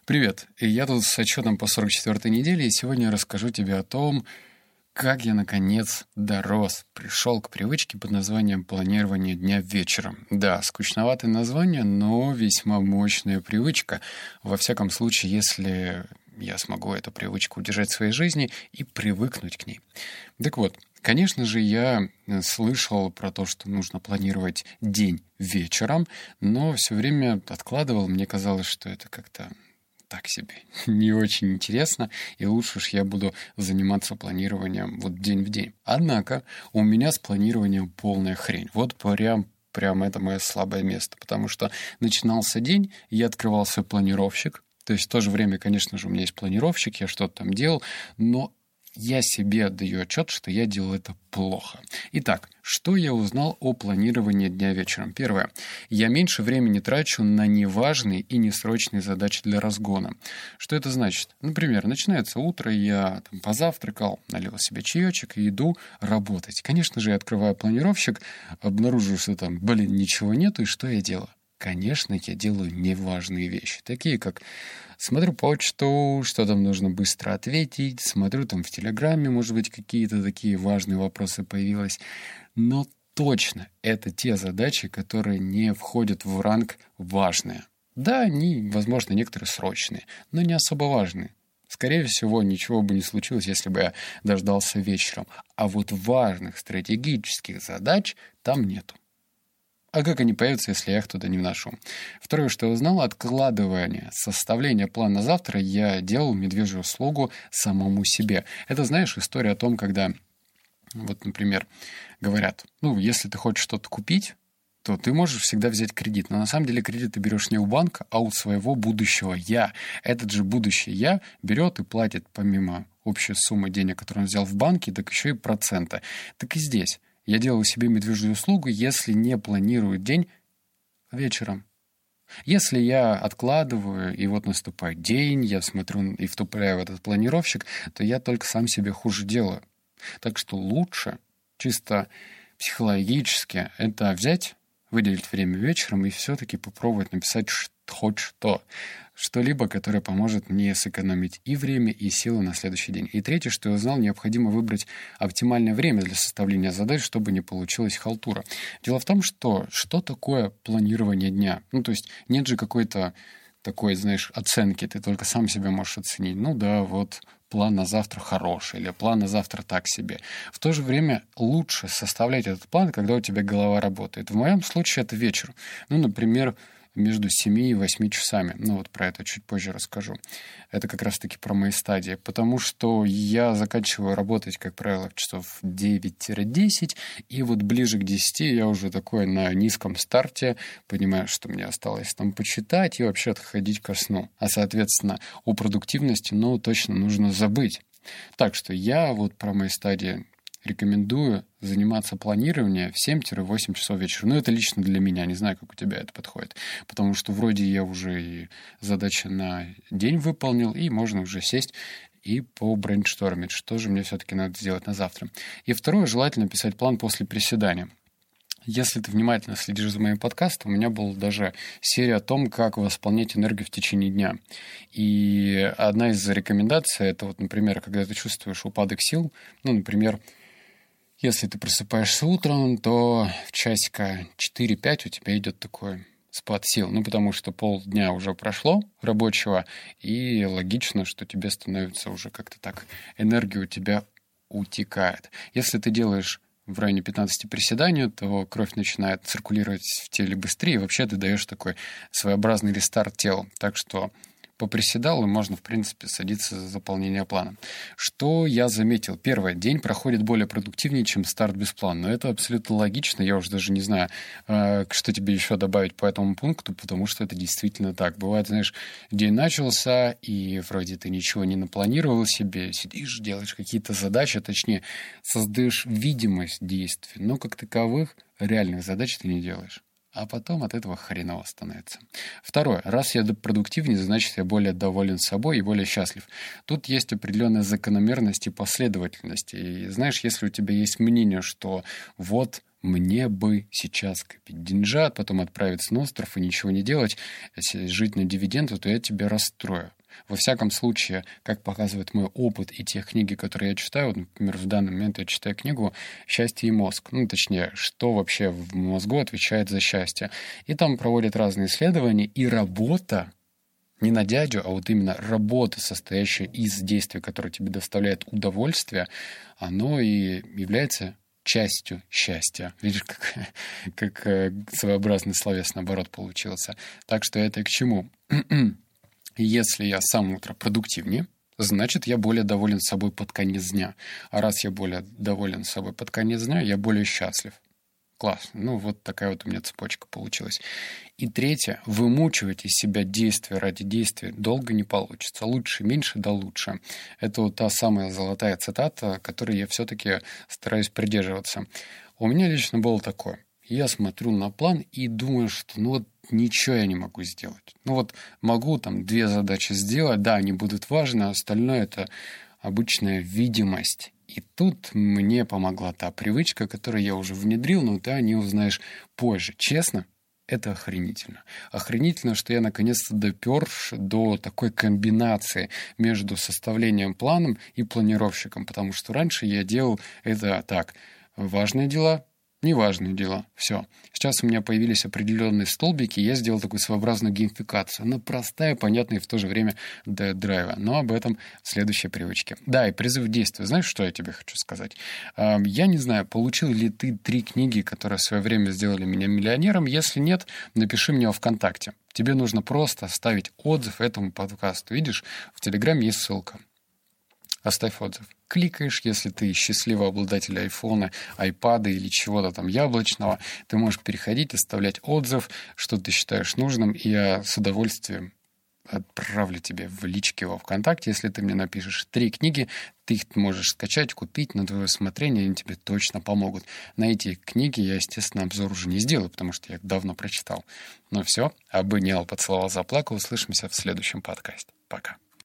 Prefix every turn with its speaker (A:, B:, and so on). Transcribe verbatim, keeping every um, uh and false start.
A: Привет, и я тут с отчетом по сорок четвёртой неделе, и сегодня я расскажу тебе о том, как я, наконец, дорос, пришел к привычке под названием планирование дня вечером. Да, скучноватое название, но весьма мощная привычка. Во всяком случае, если я смогу эту привычку удержать в своей жизни и привыкнуть к ней. Так вот, конечно же, я слышал про то, что нужно планировать день вечером, но все время откладывал. Мне казалось, что это как-то так себе, не очень интересно, и лучше уж я буду заниматься планированием вот день в день. Однако у меня с планированием полная хрень. Вот прям Прям это мое слабое место, потому что начинался день, я открывал свой планировщик, то есть в то же время, конечно же, у меня есть планировщик, я что-то там делал, но я себе отдаю отчет, что я делал это плохо. Итак, что я узнал о планировании дня вечером? Первое. Я меньше времени трачу на неважные и несрочные задачи для разгона. Что это значит? Например, начинается утро, я там позавтракал, налил себе чаечек и иду работать. Конечно же, я открываю планировщик, обнаруживаю, что там, блин, ничего нету, и что я делаю? Конечно, я делаю неважные вещи, такие как смотрю почту, что там нужно быстро ответить, смотрю там в Телеграме, может быть, какие-то такие важные вопросы появились. Но точно это те задачи, которые не входят в ранг важные. Да, они, возможно, некоторые срочные, но не особо важные. Скорее всего, ничего бы не случилось, если бы я дождался вечером. А вот важных стратегических задач там нету. А как они появятся, если я их туда не вношу? Второе, что я узнал, откладывание, составление плана завтра я делал медвежью услугу самому себе. Это, знаешь, история о том, когда, вот, например, говорят, ну, если ты хочешь что-то купить, то ты можешь всегда взять кредит. Но на самом деле кредит ты берешь не у банка, а у своего будущего «я». Этот же будущее «я» берет и платит помимо общей суммы денег, которую он взял в банке, так еще и процента. Так и здесь. Я делаю себе медвежью услугу, если не планирую день вечером. Если я откладываю, и вот наступает день, я смотрю и втупляю в этот планировщик, то я только сам себе хуже делаю. Так что лучше, чисто психологически, это взять, выделить время вечером и все-таки попробовать написать хоть что. Что-либо, которое поможет мне сэкономить и время, и силы на следующий день. И третье, что я узнал, необходимо выбрать оптимальное время для составления задач, чтобы не получилась халтура. Дело в том, что что такое планирование дня? Ну, то есть нет же какой-то такой, знаешь, оценки, ты только сам себя можешь оценить. Ну да, вот план на завтра хороший, или план на завтра так себе. В то же время лучше составлять этот план, когда у тебя голова работает. В моем случае это вечер. Ну, например, между семи и восьми часами. Ну, вот про это чуть позже расскажу. Это как раз-таки про мои стадии. Потому что я заканчиваю работать, как правило, в часов девять-десять, и вот ближе к десяти я уже такой на низком старте, понимаю, что мне осталось там почитать и вообще отходить ко сну. А, соответственно, о продуктивности, ну, точно нужно забыть. Так что я вот про мои стадии рекомендую заниматься планированием в семь-восемь часов вечера. Но это лично для меня. Не знаю, как у тебя это подходит. Потому что вроде я уже и задачи на день выполнил, и можно уже сесть и побрейнштормить, что же мне все-таки надо сделать на завтра. И второе, желательно писать план после приседания. Если ты внимательно следишь за моим подкастом, у меня была даже серия о том, как восполнять энергию в течение дня. И одна из рекомендаций, это вот, например, когда ты чувствуешь упадок сил, ну, например, если ты просыпаешься утром, то в часика четыре-пять у тебя идет такой спад сил. Ну, потому что полдня уже прошло рабочего, и логично, что тебе становится уже как-то так, энергия у тебя утекает. Если ты делаешь в районе пятнадцати приседаний, то кровь начинает циркулировать в теле быстрее, и вообще ты даешь такой своеобразный рестарт тела. Так что поприседал, и можно, в принципе, садиться за заполнение плана. Что я заметил? Первое. День проходит более продуктивнее, чем старт без плана. Но это абсолютно логично. Я уже даже не знаю, что тебе еще добавить по этому пункту, потому что это действительно так. Бывает, знаешь, день начался, и вроде ты ничего не напланировал себе, сидишь, делаешь какие-то задачи, точнее, создаешь видимость действий, но как таковых реальных задач ты не делаешь. А потом от этого хреново становится. Второе. Раз я продуктивнее, значит, я более доволен собой и более счастлив. Тут есть определенная закономерность и последовательность. И знаешь, если у тебя есть мнение, что вот мне бы сейчас копить деньжат, потом отправиться на остров и ничего не делать, жить на дивиденды, то я тебя расстрою. Во всяком случае, как показывает мой опыт и те книги, которые я читаю, вот, например, в данный момент я читаю книгу «Счастье и мозг». Ну, точнее, что вообще в мозгу отвечает за счастье. И там проводят разные исследования, и работа, не на дядю, а вот именно работа, состоящая из действий, которые тебе доставляют удовольствие, оно и является частью счастья. Видишь, как, как э, своеобразный словесный оборот получился. Так что это к чему? Если я с самого утра продуктивнее, значит, я более доволен собой под конец дня. А раз я более доволен собой под конец дня, я более счастлив. Класс. Ну, вот такая вот у меня цепочка получилась. И третье. Вымучивать из себя действия ради действия долго не получится. Лучше, меньше, да лучше. Это вот та самая золотая цитата, которой я все-таки стараюсь придерживаться. У меня лично было такое. Я смотрю на план и думаю, что ну вот ничего я не могу сделать. Ну вот могу там две задачи сделать, да, они будут важны, а остальное это обычная видимость. И тут мне помогла та привычка, которую я уже внедрил, но ты о ней узнаешь позже. Честно, это охренительно. Охренительно, что я наконец-то допер до такой комбинации между составлением планом и планировщиком, потому что раньше я делал это так. Важные дела, неважные дела. Все. Сейчас у меня появились определенные столбики, и я сделал такую своеобразную геймификацию. Она простая, понятная и в то же время дает драйва. Но об этом в следующей привычке. Да, и призыв к действию. Знаешь, что я тебе хочу сказать? Я не знаю, получил ли ты три книги, которые в свое время сделали меня миллионером. Если нет, напиши мне во ВКонтакте. Тебе нужно просто оставить отзыв этому подкасту. Видишь, в Телеграме есть ссылка. Оставь отзыв. Кликаешь, если ты счастливый обладатель айфона, айпада или чего-то там яблочного, ты можешь переходить, оставлять отзыв, что ты считаешь нужным, и я с удовольствием отправлю тебе в личке во ВКонтакте, если ты мне напишешь три книги, ты их можешь скачать, купить на твое усмотрение, они тебе точно помогут. На эти книги я, естественно, обзор уже не сделаю, потому что я их давно прочитал. Ну все, обнял, поцеловал, заплакал. Услышимся в следующем подкасте. Пока.